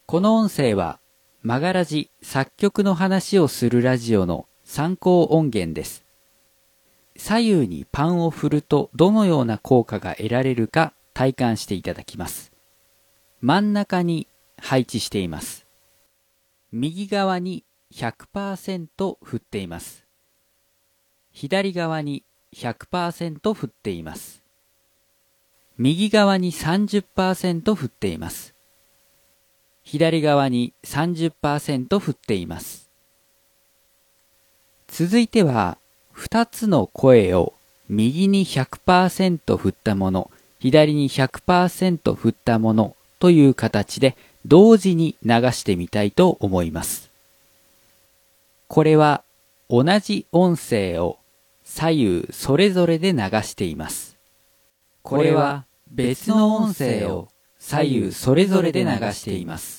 この音声は、マガラジ作曲の話をするラジオの参考音源です。左右にパンを振るとどのような効果が得られるか体感していただきます。真ん中に配置しています。右側に 100% 振っています。左側に 100% 振っています。右側に 30% 振っています。左側に 30% 振っています。続いては、2つの声を右に 100% 振ったもの、左に 100% 振ったものという形で同時に流してみたいと思います。これは同じ音声を左右それぞれで流しています。これは別の音声を左右それぞれで流しています。